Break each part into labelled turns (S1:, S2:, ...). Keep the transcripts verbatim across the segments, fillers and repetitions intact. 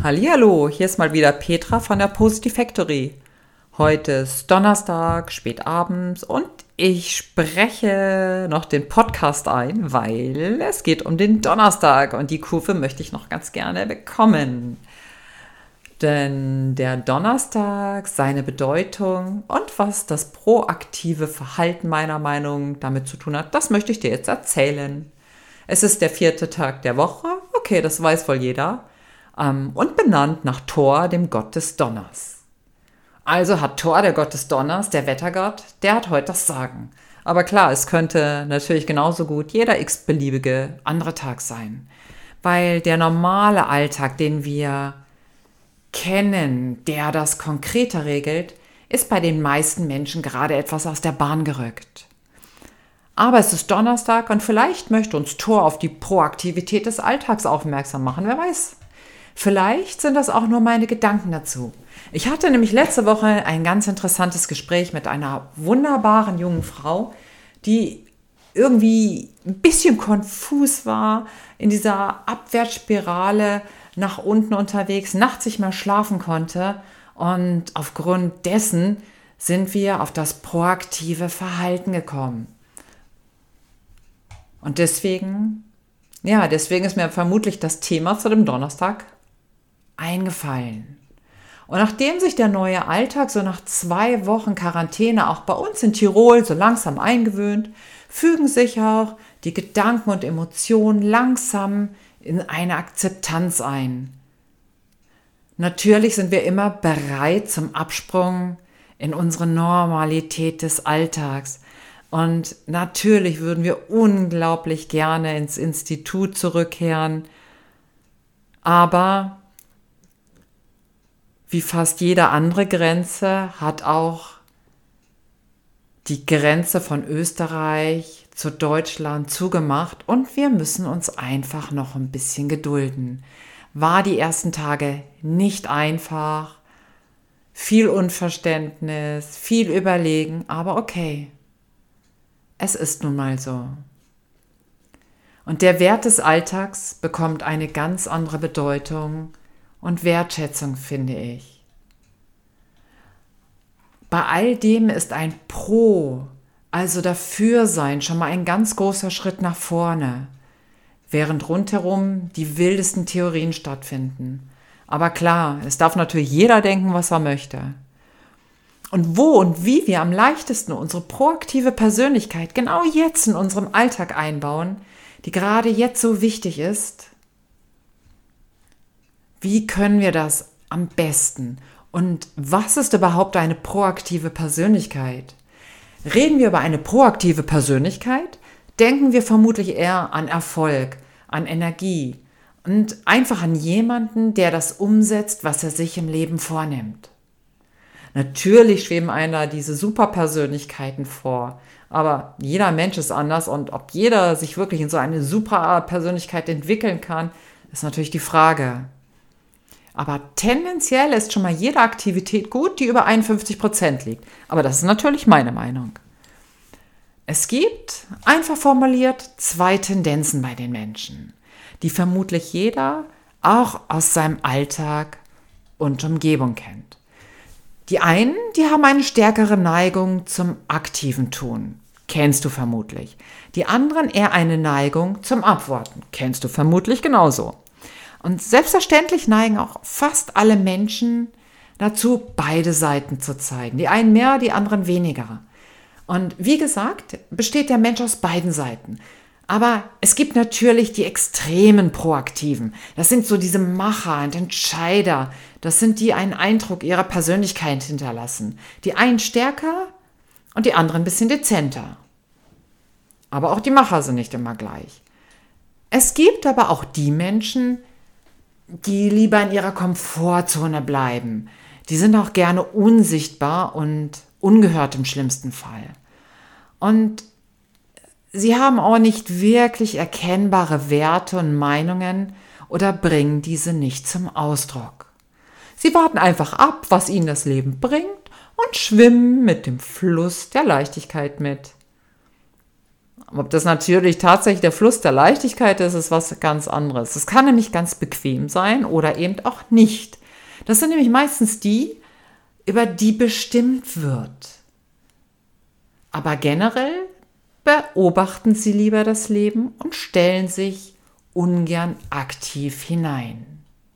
S1: Hallihallo, hier ist mal wieder Petra von der Positive Factory. Heute ist Donnerstag, spät abends und ich spreche noch den Podcast ein, weil es geht um den Donnerstag und die Kurve möchte ich noch ganz gerne bekommen. Denn der Donnerstag, seine Bedeutung und was das proaktive Verhalten meiner Meinung nach damit zu tun hat, das möchte ich dir jetzt erzählen. Es ist der vierte Tag der Woche, okay, das weiß wohl jeder, ähm, und benannt nach Thor, dem Gott des Donners. Also hat Thor, der Gott des Donners, der Wettergott, der hat heute das Sagen. Aber klar, es könnte natürlich genauso gut jeder x-beliebige andere Tag sein. Weil der normale Alltag, den wir kennen, der das konkreter regelt, ist bei den meisten Menschen gerade etwas aus der Bahn gerückt. Aber es ist Donnerstag und vielleicht möchte uns Thor auf die Proaktivität des Alltags aufmerksam machen, wer weiß. Vielleicht sind das auch nur meine Gedanken dazu. Ich hatte nämlich letzte Woche ein ganz interessantes Gespräch mit einer wunderbaren jungen Frau, die irgendwie ein bisschen konfus war, in dieser Abwärtsspirale nach unten unterwegs, nachts nicht mehr schlafen konnte. Und aufgrund dessen sind wir auf das proaktive Verhalten gekommen. Und deswegen, ja, deswegen ist mir vermutlich das Thema zu dem Donnerstag eingefallen. Und nachdem sich der neue Alltag so nach zwei Wochen Quarantäne auch bei uns in Tirol so langsam eingewöhnt, fügen sich auch die Gedanken und Emotionen langsam in eine Akzeptanz ein. Natürlich sind wir immer bereit zum Absprung in unsere Normalität des Alltags. Und natürlich würden wir unglaublich gerne ins Institut zurückkehren. Aber wie fast jede andere Grenze hat auch die Grenze von Österreich zu Deutschland zugemacht und wir müssen uns einfach noch ein bisschen gedulden. War die ersten Tage nicht einfach, viel Unverständnis, viel Überlegen, aber okay. Es ist nun mal so. Und der Wert des Alltags bekommt eine ganz andere Bedeutung und Wertschätzung, finde ich. Bei all dem ist ein Pro, also Dafürsein, schon mal ein ganz großer Schritt nach vorne, während rundherum die wildesten Theorien stattfinden. Aber klar, es darf natürlich jeder denken, was er möchte. Und wo und wie wir am leichtesten unsere proaktive Persönlichkeit genau jetzt in unserem Alltag einbauen, die gerade jetzt so wichtig ist, wie können wir das am besten? Und was ist überhaupt eine proaktive Persönlichkeit? Reden wir über eine proaktive Persönlichkeit, denken wir vermutlich eher an Erfolg, an Energie und einfach an jemanden, der das umsetzt, was er sich im Leben vornimmt. Natürlich schweben einer diese Superpersönlichkeiten vor, aber jeder Mensch ist anders und ob jeder sich wirklich in so eine Superpersönlichkeit entwickeln kann, ist natürlich die Frage. Aber tendenziell ist schon mal jede Aktivität gut, die über einundfünfzig Prozent liegt. Aber das ist natürlich meine Meinung. Es gibt, einfach formuliert, zwei Tendenzen bei den Menschen, die vermutlich jeder auch aus seinem Alltag und Umgebung kennt. Die einen, die haben eine stärkere Neigung zum aktiven Tun. Kennst du vermutlich. Die anderen eher eine Neigung zum Abwarten. Kennst du vermutlich genauso. Und selbstverständlich neigen auch fast alle Menschen dazu, beide Seiten zu zeigen. Die einen mehr, die anderen weniger. Und wie gesagt, besteht der Mensch aus beiden Seiten. Aber es gibt natürlich die extremen Proaktiven. Das sind so diese Macher und Entscheider. Das sind die, die einen Eindruck ihrer Persönlichkeit hinterlassen. Die einen stärker und die anderen ein bisschen dezenter. Aber auch die Macher sind nicht immer gleich. Es gibt aber auch die Menschen, die lieber in ihrer Komfortzone bleiben. Die sind auch gerne unsichtbar und ungehört im schlimmsten Fall. Und sie haben auch nicht wirklich erkennbare Werte und Meinungen oder bringen diese nicht zum Ausdruck. Sie warten einfach ab, was ihnen das Leben bringt und schwimmen mit dem Fluss der Leichtigkeit mit. Ob das natürlich tatsächlich der Fluss der Leichtigkeit ist, ist was ganz anderes. Es kann nämlich ganz bequem sein oder eben auch nicht. Das sind nämlich meistens die, über die bestimmt wird. Aber generell beobachten Sie lieber das Leben und stellen sich ungern aktiv hinein.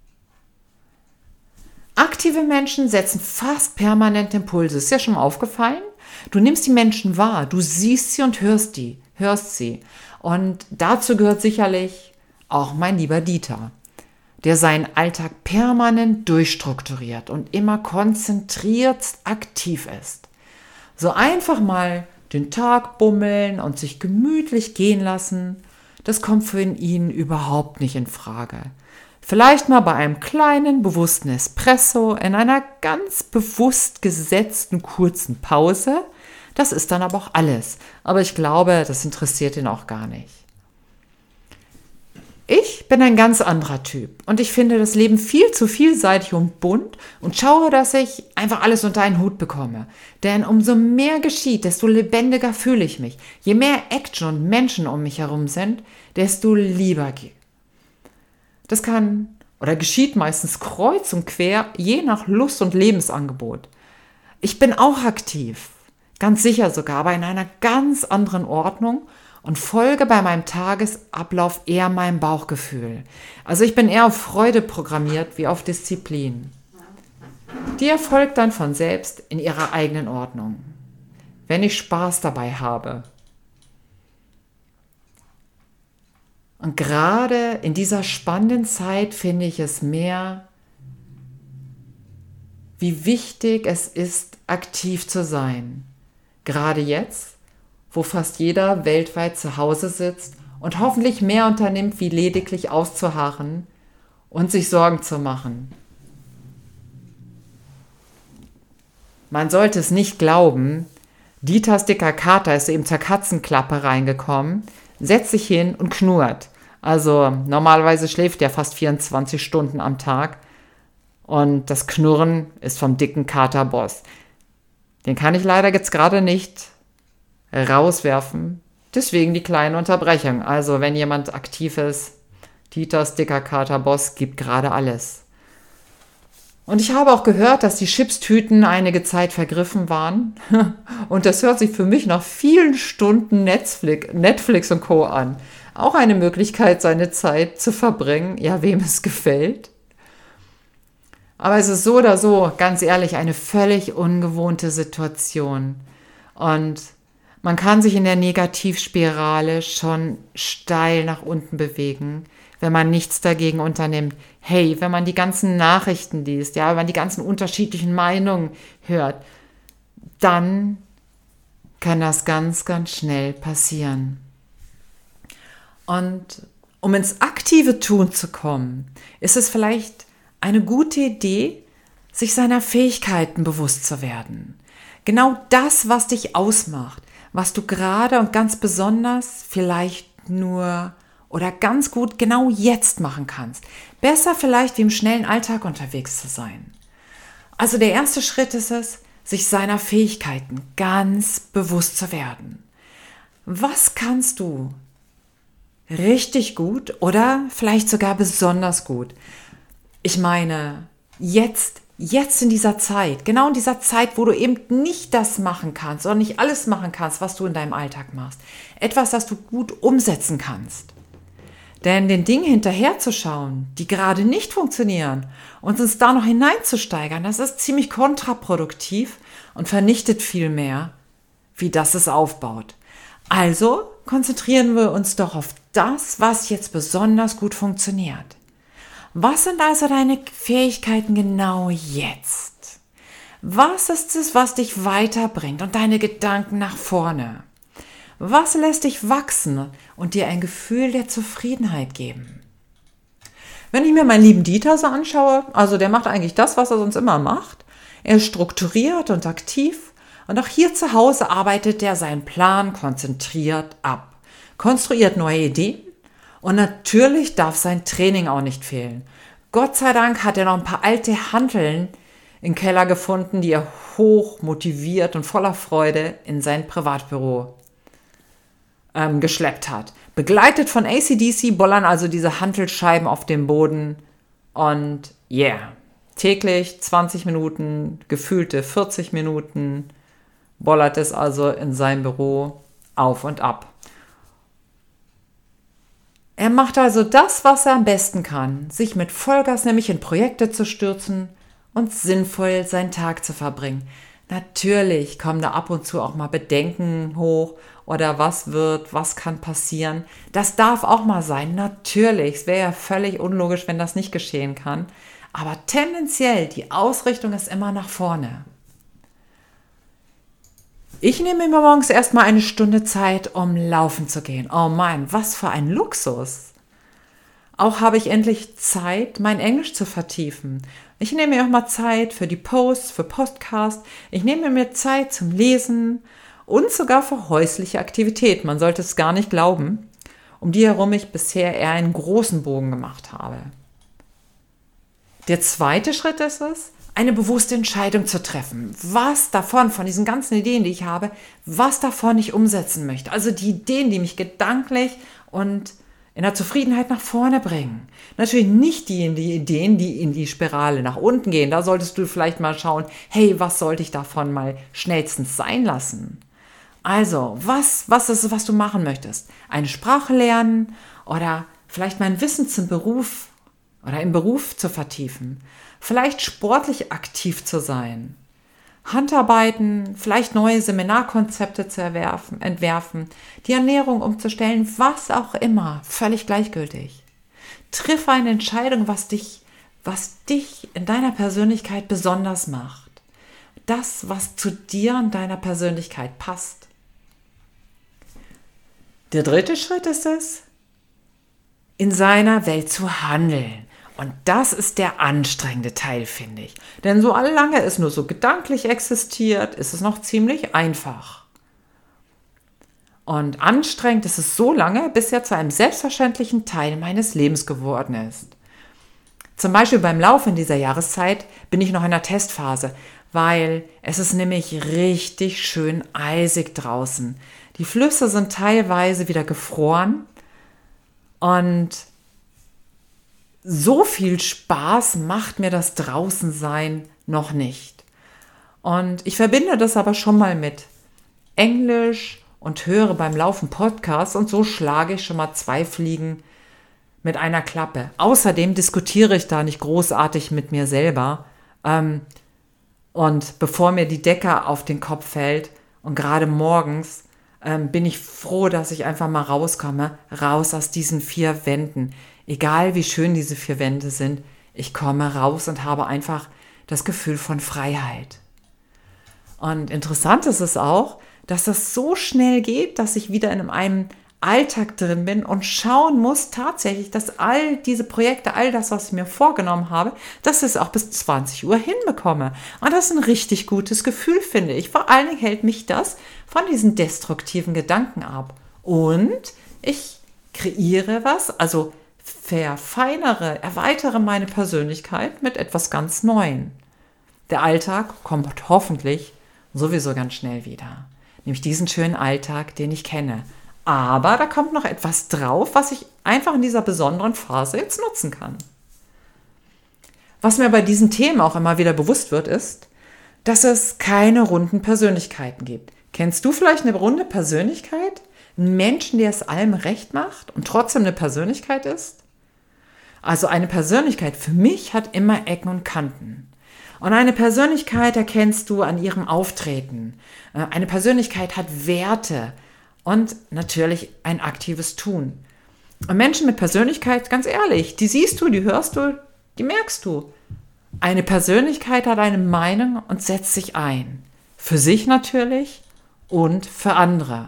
S1: Aktive Menschen setzen fast permanent Impulse. Ist ja schon mal aufgefallen? Du nimmst die Menschen wahr, du siehst sie und hörst die, hörst sie. Und dazu gehört sicherlich auch mein lieber Dieter, der seinen Alltag permanent durchstrukturiert und immer konzentriert aktiv ist. So einfach mal den Tag bummeln und sich gemütlich gehen lassen, das kommt für ihn überhaupt nicht in Frage. Vielleicht mal bei einem kleinen, bewussten Espresso in einer ganz bewusst gesetzten kurzen Pause. Das ist dann aber auch alles. Aber ich glaube, das interessiert ihn auch gar nicht. Ich bin ein ganz anderer Typ und ich finde das Leben viel zu vielseitig und bunt und schaue, dass ich einfach alles unter einen Hut bekomme. Denn umso mehr geschieht, desto lebendiger fühle ich mich. Je mehr Action und Menschen um mich herum sind, desto lieber geht. Das kann oder geschieht meistens kreuz und quer, je nach Lust und Lebensangebot. Ich bin auch aktiv, ganz sicher sogar, aber in einer ganz anderen Ordnung und folge bei meinem Tagesablauf eher meinem Bauchgefühl. Also ich bin eher auf Freude programmiert wie auf Disziplin. Die erfolgt dann von selbst in ihrer eigenen Ordnung, wenn ich Spaß dabei habe. Und gerade in dieser spannenden Zeit finde ich es mehr, wie wichtig es ist, aktiv zu sein. Gerade jetzt, wo fast jeder weltweit zu Hause sitzt und hoffentlich mehr unternimmt, wie lediglich auszuharren und sich Sorgen zu machen. Man sollte es nicht glauben, Dieters dicker Kater ist eben zur Katzenklappe reingekommen, setzt sich hin und knurrt. Also normalerweise schläft er fast vierundzwanzig Stunden am Tag und das Knurren ist vom dicken Kater-Boss. Den kann ich leider jetzt gerade nicht rauswerfen, deswegen die kleine Unterbrechung. Also wenn jemand aktiv ist, Dieters dicker Kater-Boss gibt gerade alles. Und ich habe auch gehört, dass die Chipstüten einige Zeit vergriffen waren. Und das hört sich für mich nach vielen Stunden Netflix, Netflix und Co. an. Auch eine Möglichkeit, seine Zeit zu verbringen, ja, wem es gefällt. Aber es ist so oder so, ganz ehrlich, eine völlig ungewohnte Situation. Und man kann sich in der Negativspirale schon steil nach unten bewegen, wenn man nichts dagegen unternimmt. Hey, wenn man die ganzen Nachrichten liest, ja, wenn man die ganzen unterschiedlichen Meinungen hört, dann kann das ganz, ganz schnell passieren. Und um ins aktive Tun zu kommen, ist es vielleicht eine gute Idee, sich seiner Fähigkeiten bewusst zu werden. Genau das, was dich ausmacht, was du gerade und ganz besonders vielleicht nur oder ganz gut genau jetzt machen kannst. Besser vielleicht wie im schnellen Alltag unterwegs zu sein. Also der erste Schritt ist es, sich seiner Fähigkeiten ganz bewusst zu werden. Was kannst du richtig gut oder vielleicht sogar besonders gut? Ich meine, jetzt, jetzt in dieser Zeit, genau in dieser Zeit, wo du eben nicht das machen kannst oder nicht alles machen kannst, was du in deinem Alltag machst. Etwas, das du gut umsetzen kannst. Denn den Dingen hinterherzuschauen, die gerade nicht funktionieren und uns da noch hineinzusteigern, das ist ziemlich kontraproduktiv und vernichtet viel mehr, wie das es aufbaut. Also konzentrieren wir uns doch auf das, was jetzt besonders gut funktioniert. Was sind also deine Fähigkeiten genau jetzt? Was ist es, was dich weiterbringt und deine Gedanken nach vorne? Was lässt dich wachsen und dir ein Gefühl der Zufriedenheit geben? Wenn ich mir meinen lieben Dieter so anschaue, also der macht eigentlich das, was er sonst immer macht. Er ist strukturiert und aktiv und auch hier zu Hause arbeitet er seinen Plan konzentriert ab, konstruiert neue Ideen und natürlich darf sein Training auch nicht fehlen. Gott sei Dank hat er noch ein paar alte Hanteln im Keller gefunden, die er hoch motiviert und voller Freude in sein Privatbüro ähm, geschleppt hat. Begleitet von A C D C bollern also diese Hantelscheiben auf dem Boden und yeah, täglich zwanzig Minuten, gefühlte vierzig Minuten bollert es also in seinem Büro auf und ab. Er macht also das, was er am besten kann, sich mit Vollgas nämlich in Projekte zu stürzen und sinnvoll seinen Tag zu verbringen. Natürlich kommen da ab und zu auch mal Bedenken hoch oder was wird, was kann passieren. Das darf auch mal sein, natürlich. Es wäre ja völlig unlogisch, wenn das nicht geschehen kann. Aber tendenziell, die Ausrichtung ist immer nach vorne. Ich nehme mir morgens erstmal eine Stunde Zeit, um laufen zu gehen. Oh Mann, was für ein Luxus. Auch habe ich endlich Zeit, mein Englisch zu vertiefen. Ich nehme mir auch mal Zeit für die Posts, für Podcasts. Ich nehme mir Zeit zum Lesen und sogar für häusliche Aktivität. Man sollte es gar nicht glauben, um die herum ich bisher eher einen großen Bogen gemacht habe. Der zweite Schritt ist es, eine bewusste Entscheidung zu treffen. Was davon, von diesen ganzen Ideen, die ich habe, was davon ich umsetzen möchte. Also die Ideen, die mich gedanklich und in der Zufriedenheit nach vorne bringen. Natürlich nicht die, die Ideen, die in die Spirale nach unten gehen. Da solltest du vielleicht mal schauen, hey, was sollte ich davon mal schnellstens sein lassen? Also, was, was ist es, was du machen möchtest? Eine Sprache lernen oder vielleicht mein Wissen zum Beruf oder im Beruf zu vertiefen. Vielleicht sportlich aktiv zu sein. Handarbeiten, vielleicht neue Seminarkonzepte zu erwerfen, entwerfen, die Ernährung umzustellen, was auch immer, völlig gleichgültig. Triff eine Entscheidung, was dich, was dich in deiner Persönlichkeit besonders macht. Das, was zu dir und deiner Persönlichkeit passt. Der dritte Schritt ist es, in seiner Welt zu handeln. Und das ist der anstrengende Teil, finde ich. Denn solange es nur so gedanklich existiert, ist es noch ziemlich einfach. Und anstrengend ist es so lange, bis er zu einem selbstverständlichen Teil meines Lebens geworden ist. Zum Beispiel beim Laufen in dieser Jahreszeit bin ich noch in der Testphase, weil es ist nämlich richtig schön eisig draußen. Die Flüsse sind teilweise wieder gefroren und so viel Spaß macht mir das Draußensein noch nicht. Und ich verbinde das aber schon mal mit Englisch und höre beim Laufen Podcasts und so schlage ich schon mal zwei Fliegen mit einer Klappe. Außerdem diskutiere ich da nicht großartig mit mir selber. Ähm, und bevor mir die Decke auf den Kopf fällt und gerade morgens, ähm, bin ich froh, dass ich einfach mal rauskomme, raus aus diesen vier Wänden. Egal wie schön diese vier Wände sind, ich komme raus und habe einfach das Gefühl von Freiheit. Und interessant ist es auch, dass das so schnell geht, dass ich wieder in einem Alltag drin bin und schauen muss tatsächlich, dass all diese Projekte, all das, was ich mir vorgenommen habe, dass ich es auch bis zwanzig Uhr hinbekomme. Und das ist ein richtig gutes Gefühl, finde ich. Vor allen Dingen hält mich das von diesen destruktiven Gedanken ab. Und ich kreiere was, also verfeinere, erweitere meine Persönlichkeit mit etwas ganz Neuem. Der Alltag kommt hoffentlich sowieso ganz schnell wieder. Nämlich diesen schönen Alltag, den ich kenne. Aber da kommt noch etwas drauf, was ich einfach in dieser besonderen Phase jetzt nutzen kann. Was mir bei diesen Themen auch immer wieder bewusst wird, ist, dass es keine runden Persönlichkeiten gibt. Kennst du vielleicht eine runde Persönlichkeit? Einen Menschen, der es allem recht macht und trotzdem eine Persönlichkeit ist? Also eine Persönlichkeit für mich hat immer Ecken und Kanten. Und eine Persönlichkeit erkennst du an ihrem Auftreten. Eine Persönlichkeit hat Werte und natürlich ein aktives Tun. Und Menschen mit Persönlichkeit, ganz ehrlich, die siehst du, die hörst du, die merkst du. Eine Persönlichkeit hat eine Meinung und setzt sich ein. Für sich natürlich und für andere.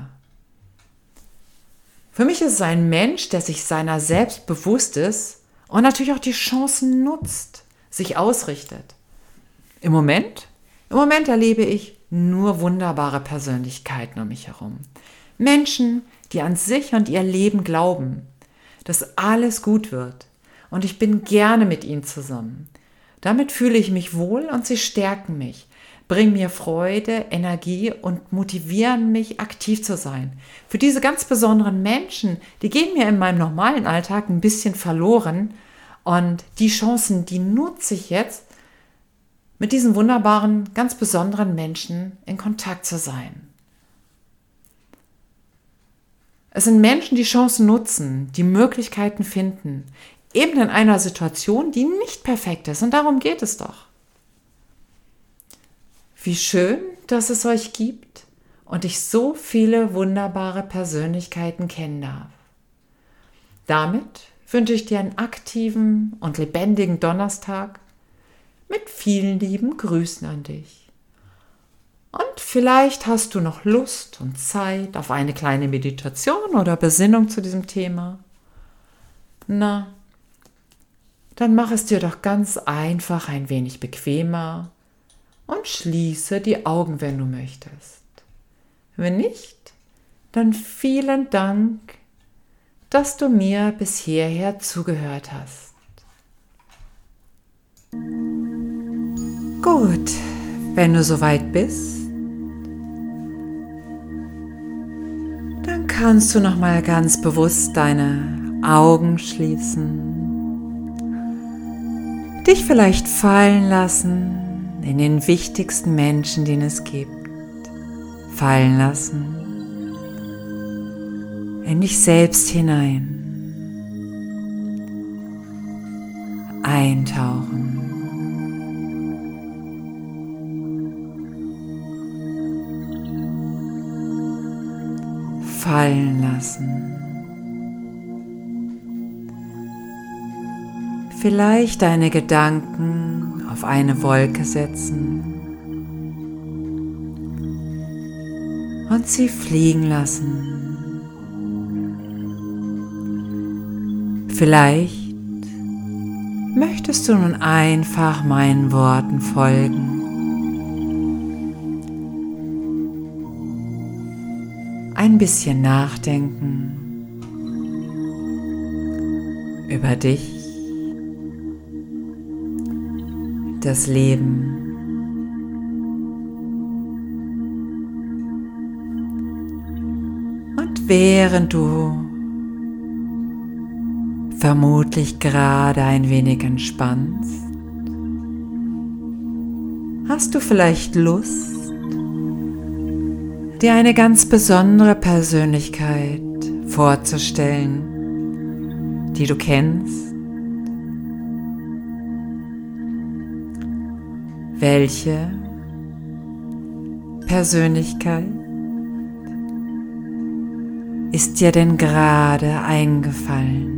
S1: Für mich ist es ein Mensch, der sich seiner selbst bewusst ist und natürlich auch die Chancen nutzt, sich ausrichtet. Im Moment, im Moment erlebe ich nur wunderbare Persönlichkeiten um mich herum. Menschen, die an sich und ihr Leben glauben, dass alles gut wird. Und ich bin gerne mit ihnen zusammen. Damit fühle ich mich wohl und sie stärken mich, bringen mir Freude, Energie und motivieren mich, aktiv zu sein. Für diese ganz besonderen Menschen, die gehen mir in meinem normalen Alltag ein bisschen verloren und die Chancen, die nutze ich jetzt, mit diesen wunderbaren, ganz besonderen Menschen in Kontakt zu sein. Es sind Menschen, die Chancen nutzen, die Möglichkeiten finden, eben in einer Situation, die nicht perfekt ist. Und darum geht es doch. Wie schön, dass es euch gibt und ich so viele wunderbare Persönlichkeiten kennen darf. Damit wünsche ich dir einen aktiven und lebendigen Donnerstag mit vielen lieben Grüßen an dich. Und vielleicht hast du noch Lust und Zeit auf eine kleine Meditation oder Besinnung zu diesem Thema. Na, dann mach es dir doch ganz einfach ein wenig bequemer und schließe die Augen, wenn du möchtest. Wenn nicht, dann vielen Dank, dass du mir bis hierher zugehört hast. Gut, wenn du soweit bist, dann kannst du noch mal ganz bewusst deine Augen schließen, dich vielleicht fallen lassen in den wichtigsten Menschen, den es gibt, fallen lassen in dich selbst hinein, eintauchen. Fallen lassen. Vielleicht deine Gedanken auf eine Wolke setzen und sie fliegen lassen. Vielleicht möchtest du nun einfach meinen Worten folgen. Ein bisschen nachdenken über dich, das Leben und während du vermutlich gerade ein wenig entspannst, hast du vielleicht Lust, dir eine ganz besondere Persönlichkeit vorzustellen, die du kennst. Welche Persönlichkeit ist dir denn gerade eingefallen?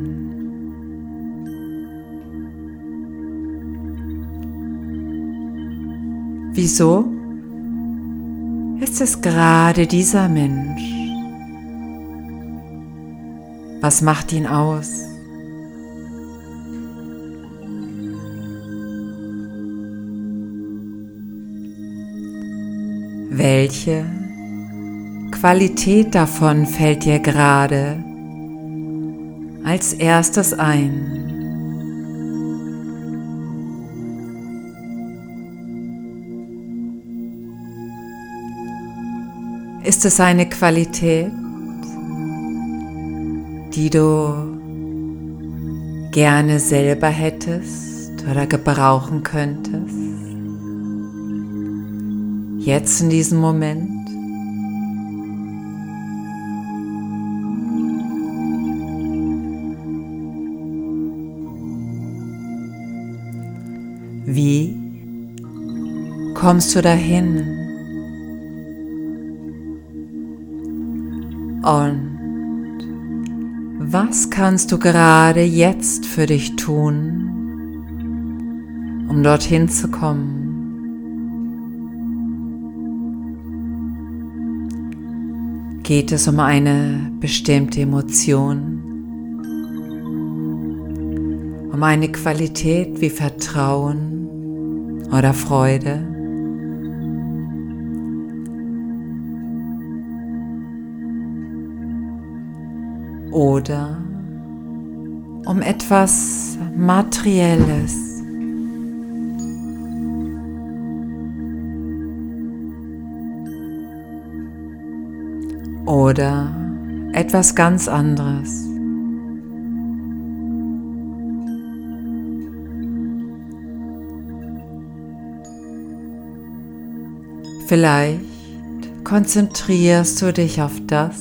S1: Wieso ist es gerade dieser Mensch? Was macht ihn aus? Welche Qualität davon fällt dir gerade als erstes ein? Ist es eine Qualität, die du gerne selber hättest oder gebrauchen könntest? Jetzt in diesem Moment? Wie kommst du dahin? Und was kannst du gerade jetzt für dich tun, um dorthin zu kommen? Geht es um eine bestimmte Emotion, um eine Qualität wie Vertrauen oder Freude? Oder um etwas Materielles? oder etwas ganz anderes. Vielleicht konzentrierst du dich auf das,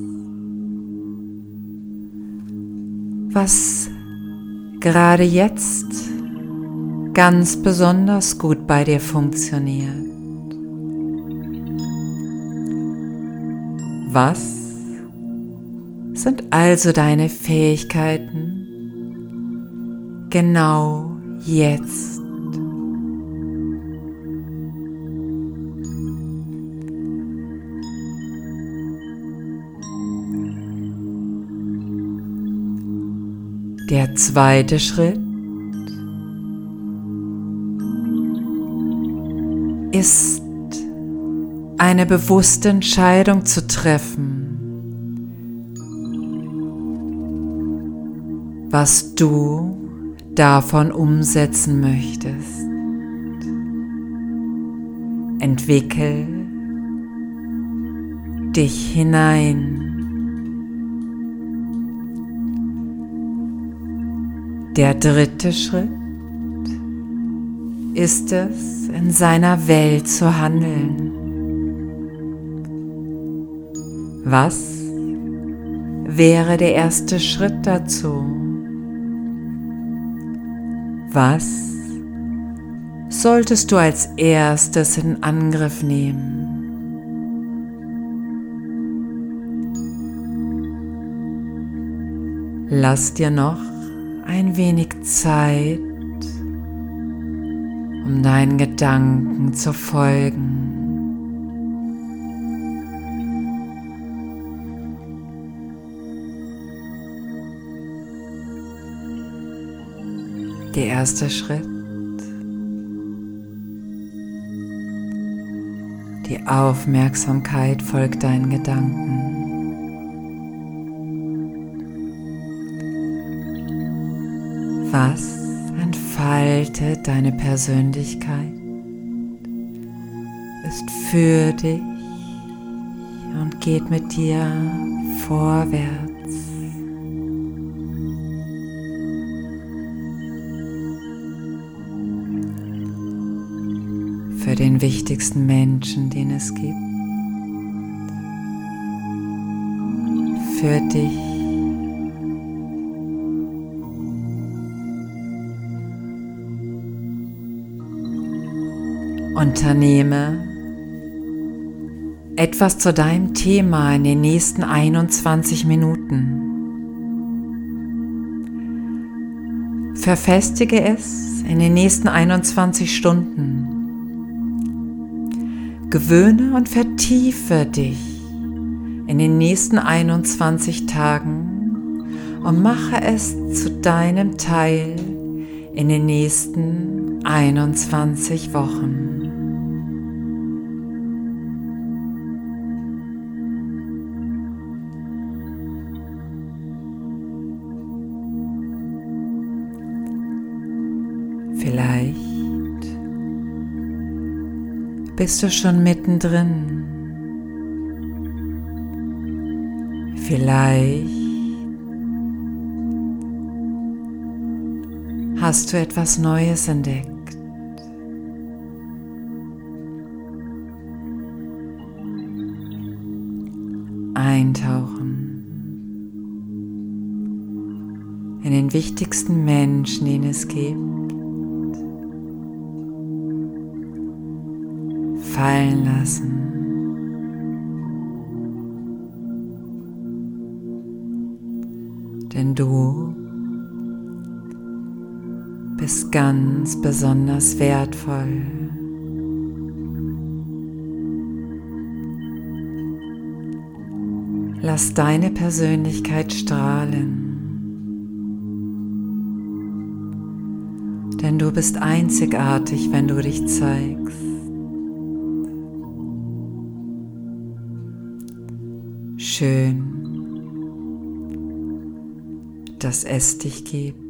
S1: was gerade jetzt ganz besonders gut bei dir funktioniert. Was sind also deine Fähigkeiten genau jetzt? Der zweite Schritt ist, eine bewusste Entscheidung zu treffen, was du davon umsetzen möchtest. Entwickel dich hinein. Der dritte Schritt ist es, in seiner Welt zu handeln. Was wäre der erste Schritt dazu? Was solltest du als erstes in Angriff nehmen? Lass dir noch ein wenig Zeit, um deinen Gedanken zu folgen. Der erste Schritt, die Aufmerksamkeit folgt deinen Gedanken. Was entfaltet deine Persönlichkeit, ist für dich und geht mit dir vorwärts. Für den wichtigsten Menschen, den es gibt. Für dich. Unternehme etwas zu deinem Thema in den nächsten einundzwanzig Minuten. Verfestige es in den nächsten einundzwanzig Stunden. Gewöhne und vertiefe dich in den nächsten einundzwanzig Tagen und mache es zu deinem Teil in den nächsten einundzwanzig Wochen. Vielleicht bist du schon mittendrin. Vielleicht hast du etwas Neues entdeckt. Eintauchen in den wichtigsten Menschen, den es gibt. Fallen lassen. Denn du bist ganz besonders wertvoll. Lass deine Persönlichkeit strahlen. Denn du bist einzigartig, wenn du dich zeigst. Schön, dass es dich gibt.